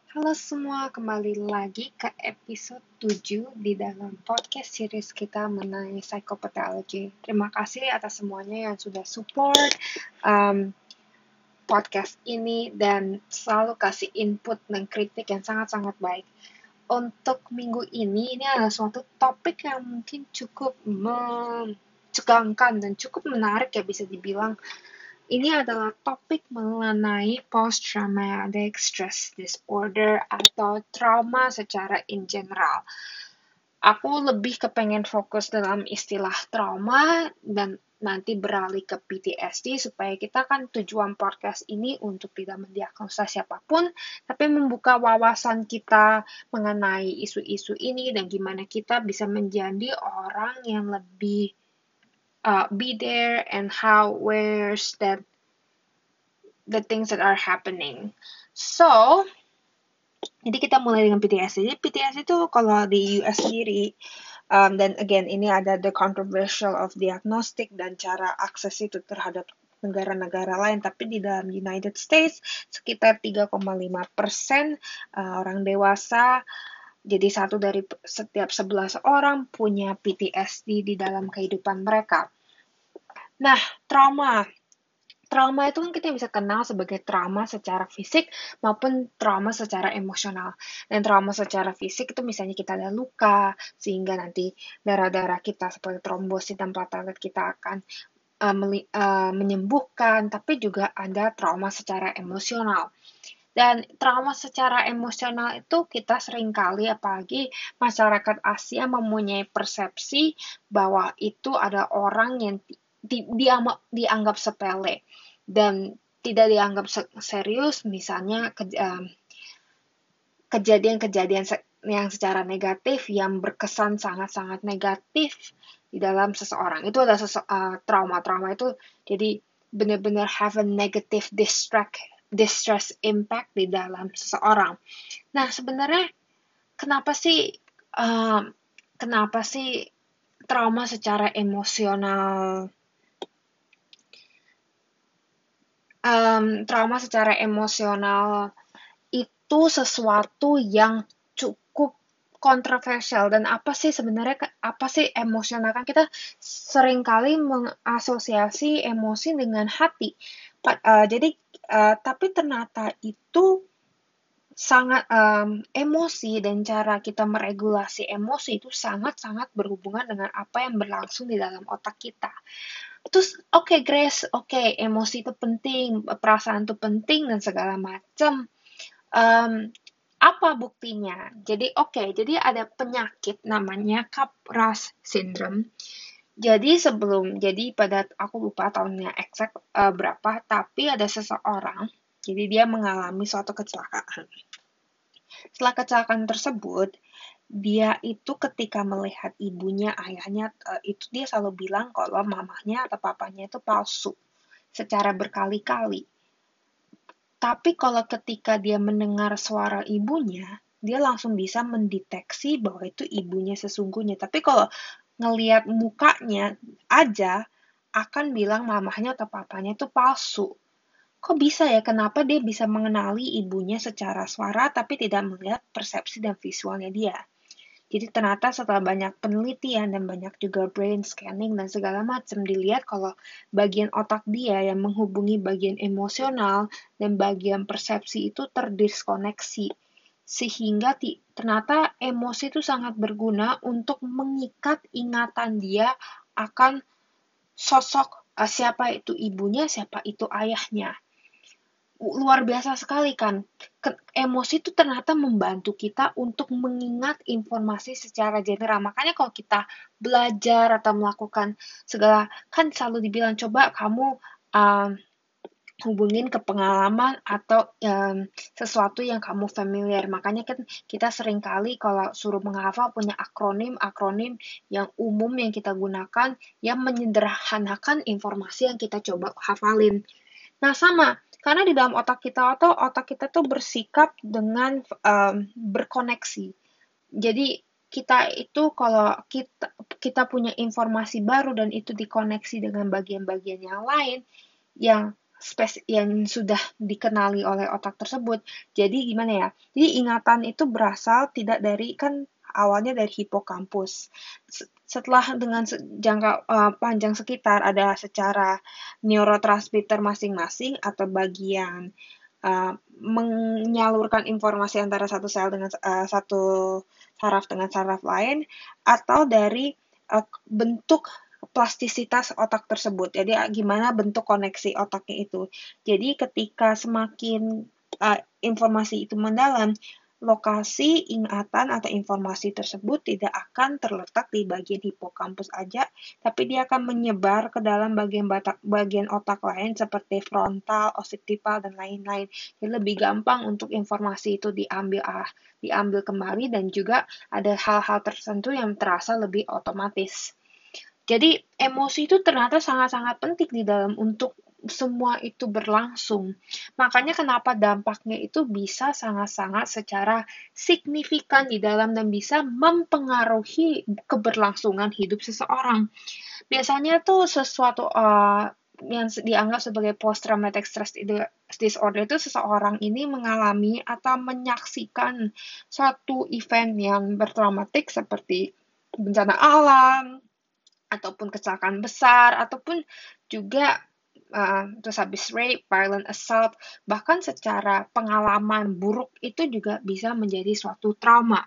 Halo semua, kembali lagi ke episode 7 di dalam podcast series kita mengenai psychopathology. Terima kasih atas semuanya yang sudah support um, podcast ini dan selalu kasih input dan kritik yang sangat-sangat baik. Untuk minggu ini adalah suatu topik yang mungkin cukup mencegangkan dan cukup menarik ya bisa dibilang. Ini adalah topik mengenai post-traumatic stress disorder atau trauma secara in general. Aku lebih kepengen fokus dalam istilah trauma dan nanti beralih ke PTSD supaya kita kan tujuan podcast ini untuk tidak mendiagnosa siapapun, tapi membuka wawasan kita mengenai isu-isu ini dan gimana kita bisa menjadi orang yang lebih be there and how where's that the things that are happening. So, jadi kita mulai dengan PTSD. Jadi PTSD itu kalau di US sendiri, dan again ini ada the controversial of diagnostic dan cara akses itu terhadap negara-negara lain, tapi di dalam United States sekitar 3,5% orang dewasa, jadi satu dari setiap 11 orang punya PTSD di dalam kehidupan mereka. Nah, trauma. Trauma itu kan kita bisa kenal sebagai trauma secara fisik maupun trauma secara emosional. Dan trauma secara fisik itu misalnya kita ada luka, sehingga nanti darah-darah kita seperti trombosit dan platelet kita akan menyembuhkan, tapi juga ada trauma secara emosional. Dan trauma secara emosional itu kita seringkali, apalagi masyarakat Asia, mempunyai persepsi bahwa itu ada orang yang dianggap sepele dan tidak dianggap serius, misalnya kejadian-kejadian yang secara negatif yang berkesan sangat-sangat negatif di dalam seseorang. Itu adalah trauma-trauma itu jadi benar-benar have a negative distress impact di dalam seseorang. Nah, sebenarnya kenapa sih um, kenapa sih trauma secara emosional trauma secara emosional itu sesuatu yang cukup kontroversial, dan apa sih sebenarnya apa sih emosional, kan kita seringkali mengasosiasi emosi dengan hati. Jadi tapi ternyata itu sangat emosi dan cara kita meregulasi emosi itu sangat-sangat berhubungan dengan apa yang berlangsung di dalam otak kita. Terus Grace, emosi itu penting, perasaan itu penting dan segala macam. Um, apa buktinya? Jadi ada penyakit namanya Capgras syndrome. Jadi pada aku lupa tahunnya exact berapa, tapi ada seseorang, jadi dia mengalami suatu kecelakaan. Setelah kecelakaan tersebut, dia itu ketika melihat ibunya, ayahnya, itu dia selalu bilang kalau mamahnya atau papanya itu palsu secara berkali-kali. Tapi kalau ketika dia mendengar suara ibunya, dia langsung bisa mendeteksi bahwa itu ibunya sesungguhnya. Tapi kalau ngelihat mukanya aja, akan bilang mamahnya atau papanya itu palsu. Kok bisa ya? Kenapa dia bisa mengenali ibunya secara suara tapi tidak melihat persepsi dan visualnya dia? Jadi ternyata setelah banyak penelitian dan banyak juga brain scanning dan segala macam, dilihat kalau bagian otak dia yang menghubungi bagian emosional dan bagian persepsi itu terdiskoneksi. Sehingga ternyata emosi itu sangat berguna untuk mengikat ingatan dia akan sosok siapa itu ibunya, siapa itu ayahnya. Luar biasa sekali kan. Emosi itu ternyata membantu kita untuk mengingat informasi secara general. Makanya kalau kita belajar atau melakukan segala, kan selalu dibilang coba kamu hubungin ke pengalaman atau sesuatu yang kamu familiar. Makanya kan kita seringkali kalau suruh menghafal punya akronim yang umum yang kita gunakan yang menyederhanakan informasi yang kita coba hafalin. Nah, sama. Karena di dalam otak kita tuh bersikap dengan berkoneksi. Jadi kita itu kalau kita punya informasi baru dan itu dikoneksi dengan bagian-bagian yang lain yang yang sudah dikenali oleh otak tersebut. Jadi gimana ya? Jadi ingatan itu berasal tidak dari, kan awalnya dari hipokampus. Setelah dengan jangka panjang sekitar ada secara neurotransmitter masing-masing atau bagian menyalurkan informasi antara satu sel dengan satu saraf dengan saraf lain, atau dari bentuk plastisitas otak tersebut. Jadi gimana bentuk koneksi otaknya itu. Jadi ketika semakin informasi itu mendalam, lokasi ingatan atau informasi tersebut tidak akan terletak di bagian hipokampus aja, tapi dia akan menyebar ke dalam bagian otak lain seperti frontal, occipitalis, dan lain-lain. Jadi lebih gampang untuk informasi itu diambil kembali, dan juga ada hal-hal tertentu yang terasa lebih otomatis. Jadi emosi itu ternyata sangat-sangat penting di dalam untuk semua itu berlangsung. Makanya kenapa dampaknya itu bisa sangat-sangat secara signifikan di dalam dan bisa mempengaruhi keberlangsungan hidup seseorang. Biasanya tuh sesuatu yang dianggap sebagai post-traumatic stress disorder itu seseorang ini mengalami atau menyaksikan suatu event yang bertraumatik seperti bencana alam, ataupun kecelakaan besar, ataupun juga terus habis rape, violent assault, bahkan secara pengalaman buruk itu juga bisa menjadi suatu trauma.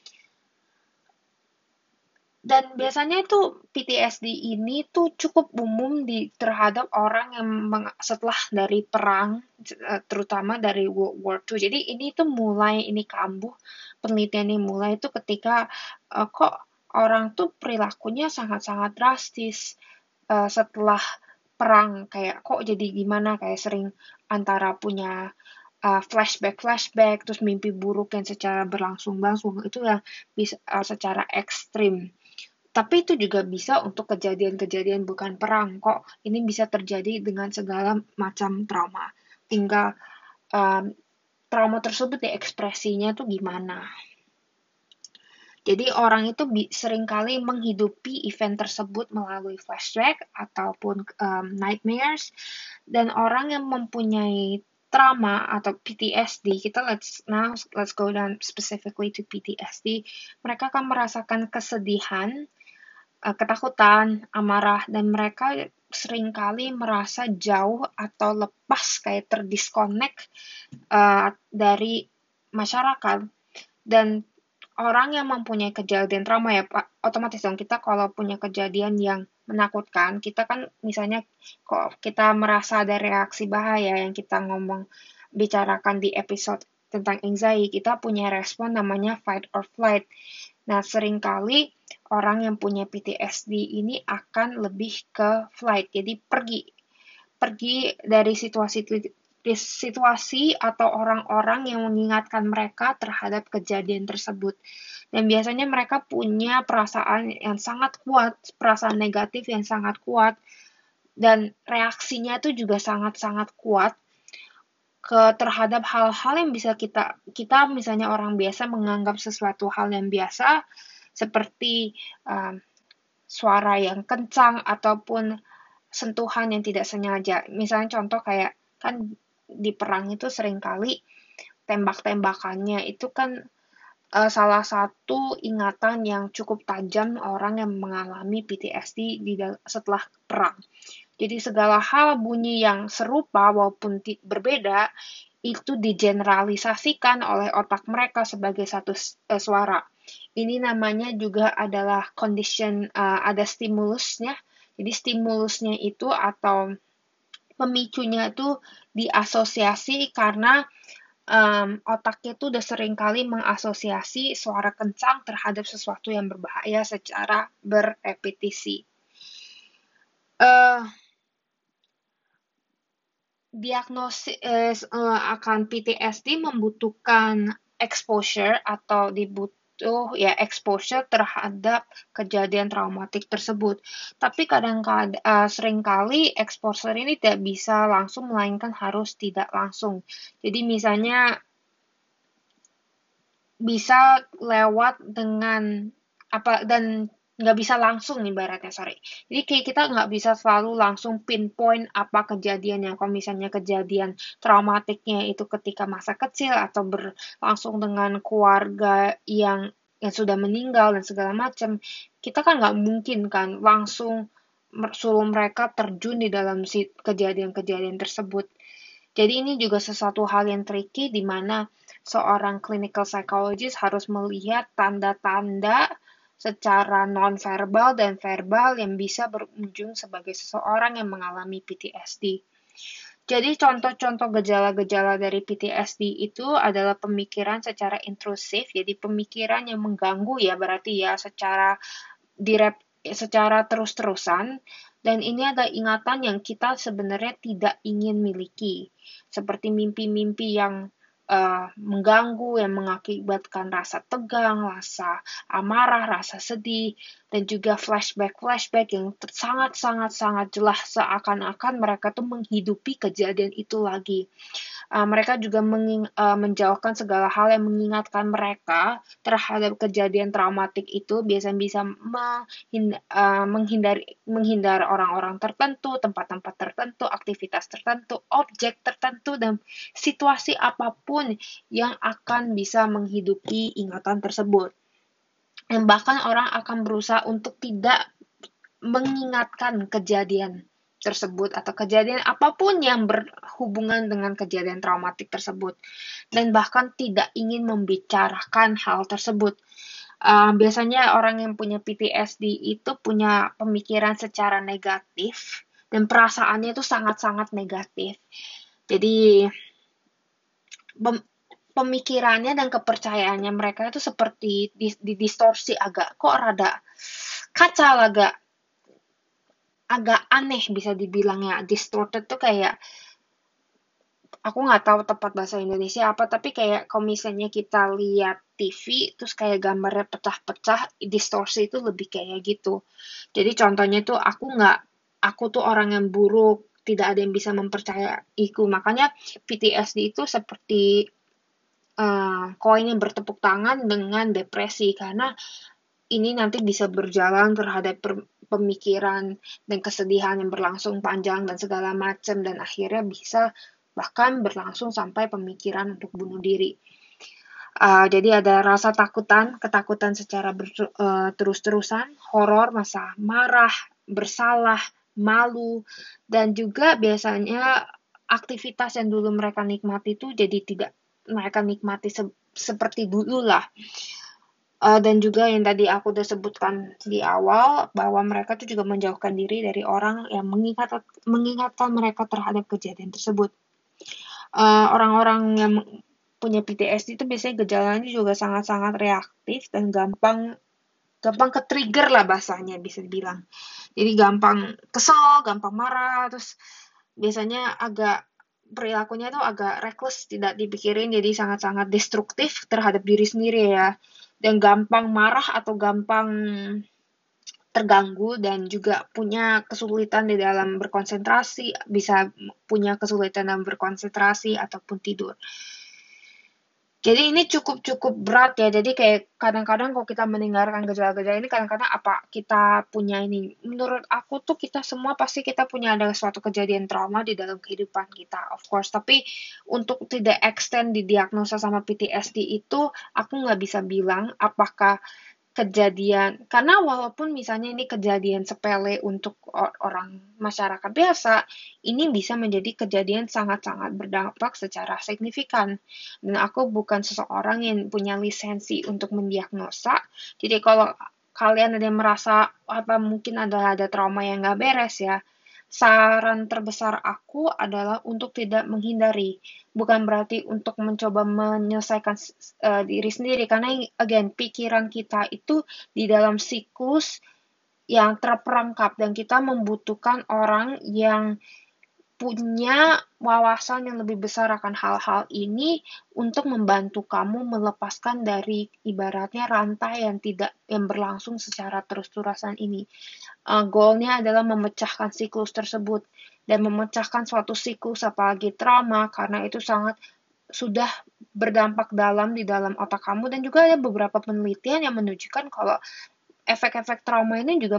Dan biasanya itu PTSD ini tuh cukup umum terhadap orang yang setelah dari perang, terutama dari World War II. Jadi ini tuh ini kambuh, penelitian ini mulai itu ketika kok orang tuh perilakunya sangat-sangat drastis setelah perang, kayak kok jadi gimana, kayak sering antara punya flashback, terus mimpi buruk yang secara berlangsung-langsung itu yang bisa secara ekstrim. Tapi itu juga bisa untuk kejadian-kejadian bukan perang kok. Ini bisa terjadi dengan segala macam trauma. Tinggal trauma tersebut ya ekspresinya tuh gimana. Jadi orang itu seringkali menghidupi event tersebut melalui flashback ataupun nightmares. Dan orang yang mempunyai trauma atau PTSD, let's go down specifically to PTSD. Mereka akan merasakan kesedihan, ketakutan, amarah, dan mereka seringkali merasa jauh atau lepas, kayak terdisconnect dari masyarakat. Dan orang yang mempunyai kejadian trauma ya Pak, otomatis dong kita kalau punya kejadian yang menakutkan, kita kan misalnya kok kita merasa ada reaksi bahaya yang kita bicarakan di episode tentang anxiety, kita punya respon namanya fight or flight. Nah, seringkali orang yang punya PTSD ini akan lebih ke flight, jadi pergi dari situasi atau orang-orang yang mengingatkan mereka terhadap kejadian tersebut. Dan biasanya mereka punya perasaan yang sangat kuat, perasaan negatif yang sangat kuat, dan reaksinya itu juga sangat-sangat kuat terhadap hal-hal yang bisa kita misalnya orang biasa menganggap sesuatu hal yang biasa, seperti suara yang kencang ataupun sentuhan yang tidak sengaja. Misalnya contoh kayak kan di perang itu seringkali tembak-tembakannya itu kan salah satu ingatan yang cukup tajam orang yang mengalami PTSD setelah perang. Jadi segala hal bunyi yang serupa walaupun berbeda itu digeneralisasikan oleh otak mereka sebagai satu suara. Ini namanya juga adalah condition, ada stimulusnya. Jadi stimulusnya itu atau pemicunya itu diasosiasi karena otaknya itu udah seringkali mengasosiasi suara kencang terhadap sesuatu yang berbahaya secara berrepetisi. Diagnosis akan PTSD membutuhkan exposure atau exposure terhadap kejadian traumatik tersebut. Tapi kadang-kadang seringkali exposure ini tidak bisa langsung, melainkan harus tidak langsung. Jadi misalnya bisa lewat dengan dan nggak bisa langsung ibaratnya, sorry. Jadi kayak kita nggak bisa selalu langsung pinpoint apa kejadiannya. Kalau misalnya kejadian traumatiknya itu ketika masa kecil atau berlangsung dengan keluarga yang sudah meninggal dan segala macam, kita kan nggak mungkin kan langsung suruh mereka terjun di dalam si kejadian-kejadian tersebut. Jadi ini juga sesuatu hal yang tricky di mana seorang clinical psychologist harus melihat tanda-tanda secara non-verbal dan verbal yang bisa berujung sebagai seseorang yang mengalami PTSD. Jadi contoh-contoh gejala-gejala dari PTSD itu adalah pemikiran secara intrusif, jadi pemikiran yang mengganggu ya berarti ya secara terus-terusan, dan ini ada ingatan yang kita sebenarnya tidak ingin miliki, seperti mimpi-mimpi yang mengganggu, yang mengakibatkan rasa tegang, rasa amarah, rasa sedih, dan juga flashback-flashback yang sangat-sangat-sangat jelas seakan-akan mereka tuh menghidupi kejadian itu lagi. Mereka juga menjauhkan segala hal yang mengingatkan mereka terhadap kejadian traumatik itu, biasanya bisa menghindar orang-orang tertentu, tempat-tempat tertentu, aktivitas tertentu, objek tertentu, dan situasi apapun yang akan bisa menghidupi ingatan tersebut. Dan bahkan orang akan berusaha untuk tidak mengingatkan kejadian tersebut atau kejadian apapun yang berhubungan dengan kejadian traumatik tersebut, dan bahkan tidak ingin membicarakan hal tersebut. Biasanya orang yang punya PTSD itu punya pemikiran secara negatif dan perasaannya itu sangat-sangat negatif. Jadi pemikirannya dan kepercayaannya mereka itu seperti didistorsi, agak kok rada kacau, agak aneh bisa dibilang ya. Distorted tuh kayak, aku nggak tahu tepat bahasa Indonesia apa, tapi kayak kalau misalnya kita lihat TV terus kayak gambarnya pecah-pecah, distorsi itu lebih kayak gitu. Jadi contohnya tuh aku tuh orang yang buruk, tidak ada yang bisa mempercayaiku. Makanya PTSD itu seperti koin yang bertepuk tangan dengan depresi, karena ini nanti bisa berjalan terhadap pemikiran dan kesedihan yang berlangsung panjang dan segala macam, dan akhirnya bisa bahkan berlangsung sampai pemikiran untuk bunuh diri. Jadi ada rasa ketakutan secara terus-terusan, horor, masa marah, bersalah, malu, dan juga biasanya aktivitas yang dulu mereka nikmati itu jadi tidak mereka nikmati seperti dulu lah. Dan juga yang tadi aku udah sebutkan di awal, bahwa mereka tuh juga menjauhkan diri dari orang yang mengingatkan mereka terhadap kejadian tersebut. Orang-orang yang punya PTSD itu biasanya gejalanya juga sangat-sangat reaktif dan gampang ke-trigger lah bahasanya bisa dibilang. Jadi gampang kesel, gampang marah, terus biasanya perilakunya tuh agak reckless, tidak dipikirin, jadi sangat-sangat destruktif terhadap diri sendiri ya. Dan gampang marah atau gampang terganggu, dan juga punya kesulitan di dalam berkonsentrasi, bisa punya kesulitan dalam berkonsentrasi ataupun tidur. Jadi ini cukup berat ya. Jadi kayak kadang-kadang kalau kita mendengarkan gejala-gejala ini, kadang-kadang apa kita punya ini? Menurut aku tuh kita semua pasti kita punya ada suatu kejadian trauma di dalam kehidupan kita, of course. Tapi untuk tidak extend didiagnosa sama PTSD itu, aku nggak bisa bilang apakah kejadian, karena walaupun misalnya ini kejadian sepele untuk orang masyarakat biasa, ini bisa menjadi kejadian sangat-sangat berdampak secara signifikan. Dan aku bukan seseorang yang punya lisensi untuk mendiagnosa, jadi kalau kalian ada yang merasa apa mungkin ada trauma yang nggak beres ya, saran terbesar aku adalah untuk tidak menghindari. Bukan berarti untuk mencoba menyelesaikan diri sendiri, karena again, pikiran kita itu di dalam siklus yang terperangkap, dan kita membutuhkan orang yang punya wawasan yang lebih besar akan hal-hal ini untuk membantu kamu melepaskan dari ibaratnya rantai yang berlangsung secara terus-terusan ini. Goalnya adalah memecahkan siklus tersebut, dan memecahkan suatu siklus apalagi trauma, karena itu sudah berdampak dalam di dalam otak kamu. Dan juga ada beberapa penelitian yang menunjukkan kalau efek-efek trauma ini juga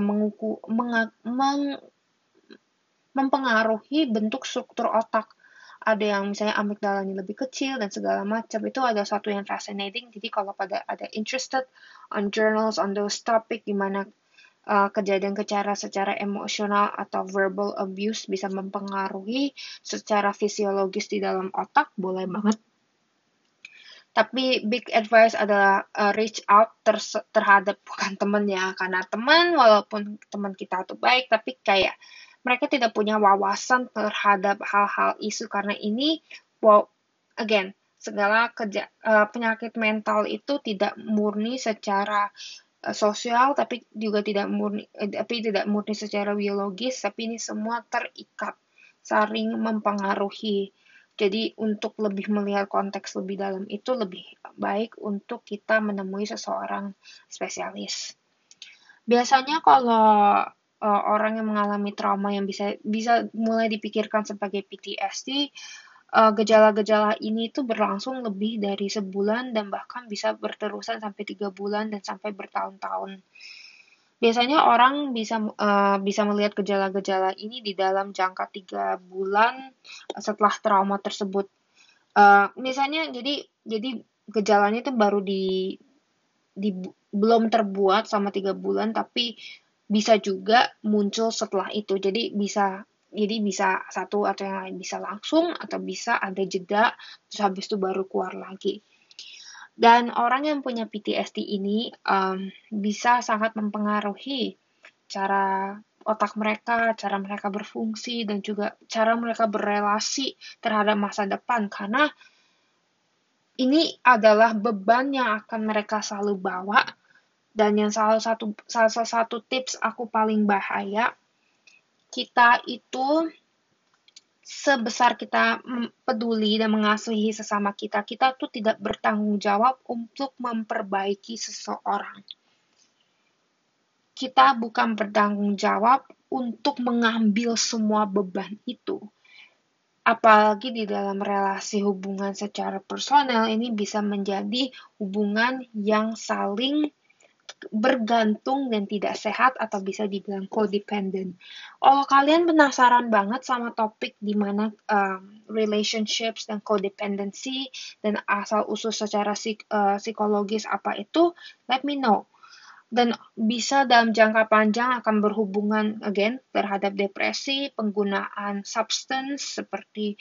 mempengaruhi bentuk struktur otak. Ada yang misalnya amigdalanya lebih kecil dan segala macam. Itu ada satu yang fascinating. Jadi kalau pada ada interested on journals on those topic di mana kejadian secara emosional atau verbal abuse bisa mempengaruhi secara fisiologis di dalam otak, boleh banget. Tapi big advice adalah reach out terhadap bukan teman ya, karena teman walaupun teman kita tuh baik, tapi kayak mereka tidak punya wawasan terhadap hal-hal isu karena ini, wow, again, segala penyakit mental itu tidak murni secara sosial, tapi juga tidak murni secara biologis, tapi ini semua terikat, saling mempengaruhi. Jadi untuk lebih melihat konteks lebih dalam itu lebih baik untuk kita menemui seseorang spesialis. Biasanya kalau orang yang mengalami trauma yang bisa mulai dipikirkan sebagai PTSD, gejala-gejala ini tuh berlangsung lebih dari sebulan dan bahkan bisa berterusan sampai 3 bulan dan sampai bertahun-tahun. Biasanya orang bisa melihat gejala-gejala ini di dalam jangka 3 bulan setelah trauma tersebut. Misalnya jadi gejalanya itu baru belum terbuat sama 3 bulan, tapi bisa juga muncul setelah itu. Jadi bisa satu atau yang lain bisa langsung atau bisa ada jeda terus habis itu baru keluar lagi. Dan orang yang punya PTSD ini bisa sangat mempengaruhi cara otak mereka, cara mereka berfungsi, dan juga cara mereka berelasi terhadap masa depan. Karena ini adalah beban yang akan mereka selalu bawa. Dan yang salah satu tips aku paling bahaya, kita itu sebesar kita peduli dan mengasihi sesama kita, kita tuh tidak bertanggung jawab untuk memperbaiki seseorang. Kita bukan bertanggung jawab untuk mengambil semua beban itu. Apalagi di dalam relasi hubungan secara personal, ini bisa menjadi hubungan yang saling bergantung dan tidak sehat atau bisa dibilang codependent. Kalau kalian penasaran banget sama topik di mana relationships dan codependency dan asal-usul secara psikologis apa itu, let me know. Dan bisa dalam jangka panjang akan berhubungan again terhadap depresi, penggunaan substance seperti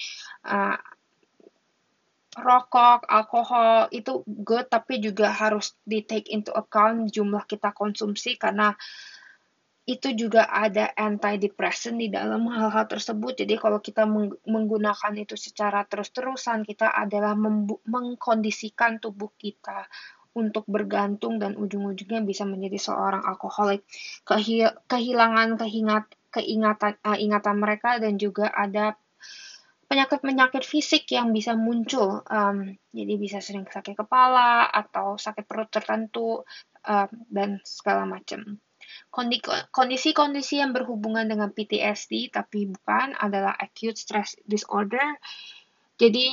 rokok, alkohol itu good, tapi juga harus di take into account jumlah kita konsumsi karena itu juga ada antidepressant di dalam hal-hal tersebut. Jadi kalau kita menggunakan itu secara terus-terusan, kita adalah mengkondisikan tubuh kita untuk bergantung dan ujung-ujungnya bisa menjadi seorang alkoholik. Kehilangan ingatan mereka dan juga ada penyakit-penyakit fisik yang bisa muncul. Jadi bisa sering sakit kepala atau sakit perut tertentu dan segala macam. Kondisi-kondisi yang berhubungan dengan PTSD tapi bukan adalah acute stress disorder. Jadi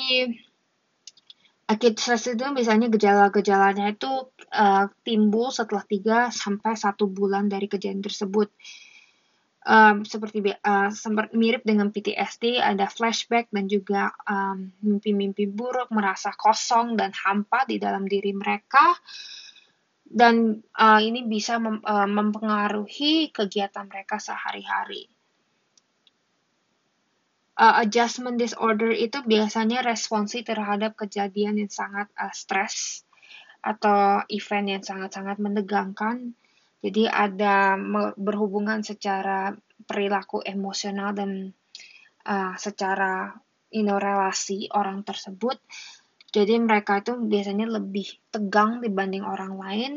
acute stress itu misalnya gejala-gejalanya itu timbul setelah 3-1 bulan dari kejadian tersebut. Seperti mirip dengan PTSD, ada flashback dan juga mimpi-mimpi buruk, merasa kosong dan hampa di dalam diri mereka. Dan ini bisa mempengaruhi kegiatan mereka sehari-hari. Adjustment disorder itu biasanya responsi terhadap kejadian yang sangat stres atau event yang sangat-sangat menegangkan. Jadi ada berhubungan secara perilaku emosional dan secara relasi orang tersebut. Jadi mereka itu biasanya lebih tegang dibanding orang lain.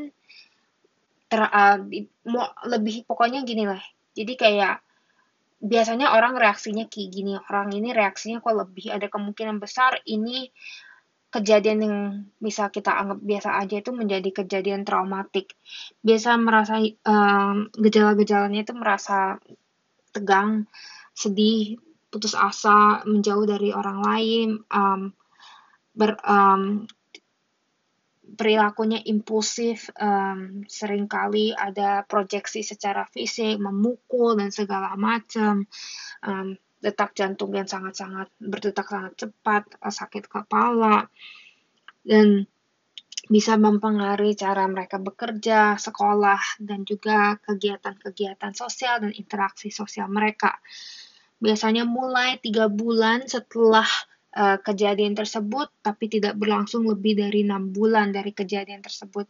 Lebih pokoknya gini lah. Jadi kayak biasanya orang reaksinya kayak gini. Orang ini reaksinya kok lebih ada kemungkinan besar ini kejadian yang bisa kita anggap biasa aja itu menjadi kejadian traumatik. Biasa merasa gejala-gejalanya itu merasa tegang, sedih, putus asa, menjauh dari orang lain, perilakunya impulsif, seringkali ada proyeksi secara fisik, memukul dan segala macam, detak jantung yang sangat-sangat berdetak sangat cepat, sakit kepala, dan bisa mempengaruhi cara mereka bekerja, sekolah, dan juga kegiatan-kegiatan sosial dan interaksi sosial mereka. Biasanya mulai 3 bulan setelah kejadian tersebut, tapi tidak berlangsung lebih dari 6 bulan dari kejadian tersebut.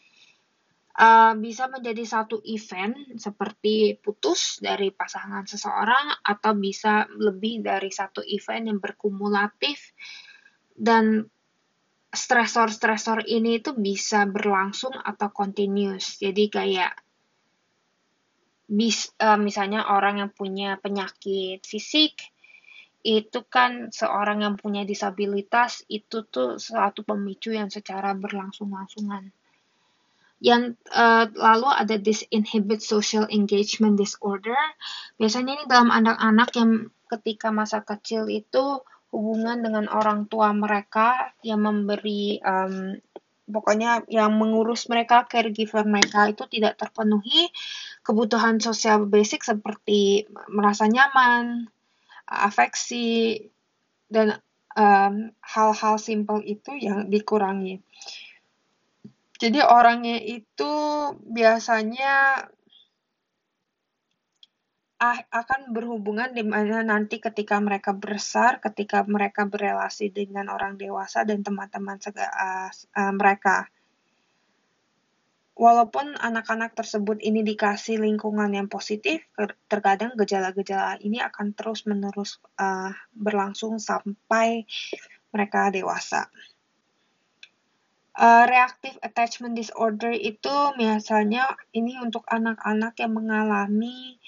Bisa menjadi satu event seperti putus dari pasangan seseorang, atau bisa lebih dari satu event yang berkumulatif, dan stresor-stresor ini itu bisa berlangsung atau continuous. Jadi kayak misalnya orang yang punya penyakit fisik, itu kan seorang yang punya disabilitas itu tuh suatu pemicu yang secara berlangsung-langsungan. Yang lalu ada disinhibit social engagement disorder. Biasanya ini dalam anak-anak yang ketika masa kecil itu hubungan dengan orang tua mereka yang memberi pokoknya yang mengurus mereka, caregiver mereka itu tidak terpenuhi kebutuhan sosial basic seperti merasa nyaman, afeksi, dan hal-hal simpel itu yang dikurangi. Jadi orangnya itu biasanya akan berhubungan di mana nanti ketika mereka besar, ketika mereka berelasi dengan orang dewasa dan teman-teman mereka. Walaupun anak-anak tersebut ini dikasih lingkungan yang positif, terkadang gejala-gejala ini akan terus-menerus berlangsung sampai mereka dewasa. Reactive attachment disorder itu biasanya ini untuk anak-anak yang mengalami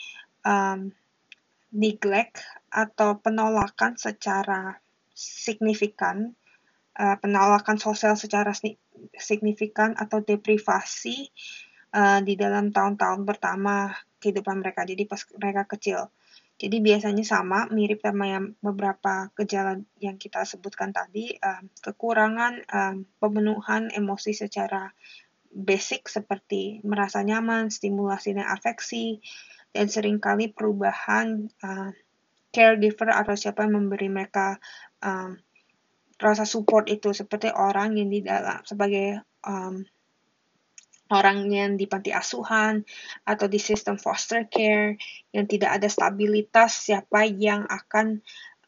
neglect atau penolakan secara signifikan, penolakan sosial secara signifikan atau deprivasi di dalam tahun-tahun pertama kehidupan mereka, jadi pas mereka kecil. Jadi biasanya sama, mirip sama yang beberapa gejala yang kita sebutkan tadi, kekurangan pemenuhan emosi secara basic seperti merasa nyaman, stimulasi dan afeksi, dan seringkali perubahan caregiver atau siapa yang memberi mereka rasa support itu, seperti orang yang di dalam sebagai orang yang di panti asuhan atau di sistem foster care yang tidak ada stabilitas siapa yang akan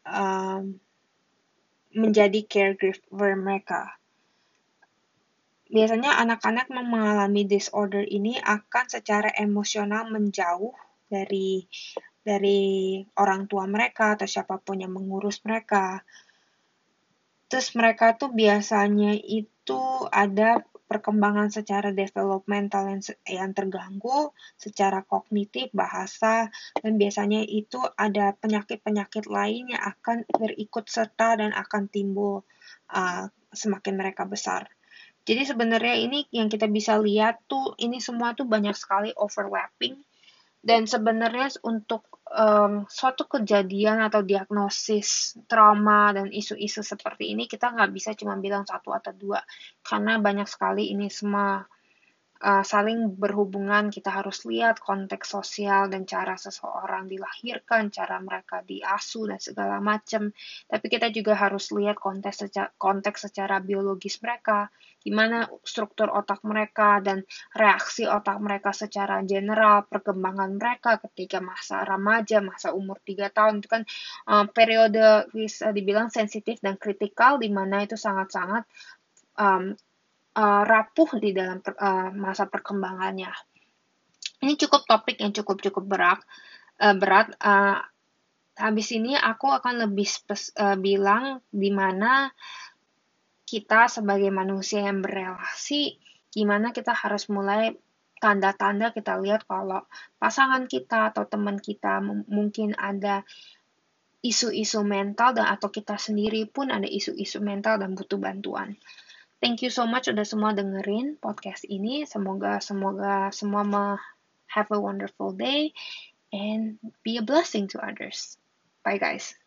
menjadi caregiver mereka. Biasanya anak-anak yang mengalami disorder ini akan secara emosional menjauh dari orang tua mereka atau siapapun yang mengurus mereka. Terus mereka tuh biasanya itu ada perkembangan secara developmental yang terganggu, secara kognitif, bahasa, dan biasanya itu ada penyakit-penyakit lain yang akan berikut serta dan akan timbul semakin mereka besar. Jadi sebenarnya ini yang kita bisa lihat tuh, ini semua tuh banyak sekali overlapping, dan sebenarnya untuk suatu kejadian atau diagnosis trauma dan isu-isu seperti ini, kita nggak bisa cuma bilang satu atau dua, karena banyak sekali ini semua saling berhubungan. Kita harus lihat konteks sosial dan cara seseorang dilahirkan, cara mereka diasuh dan segala macam. Tapi kita juga harus lihat konteks secara biologis mereka, gimana struktur otak mereka dan reaksi otak mereka secara general, perkembangan mereka ketika masa remaja, masa umur 3 tahun itu kan periode bisa dibilang sensitif dan kritikal, di mana itu sangat-sangat rapuh di dalam masa perkembangannya. Ini cukup topik yang cukup berat. Habis ini aku akan lebih bilang di mana kita sebagai manusia yang berelasi, gimana kita harus mulai tanda-tanda kita lihat kalau pasangan kita atau teman kita mungkin ada isu-isu mental, dan atau kita sendiri pun ada isu-isu mental dan butuh bantuan. Thank you so much udah semua dengerin podcast ini. Semoga semua have a wonderful day and be a blessing to others. Bye guys.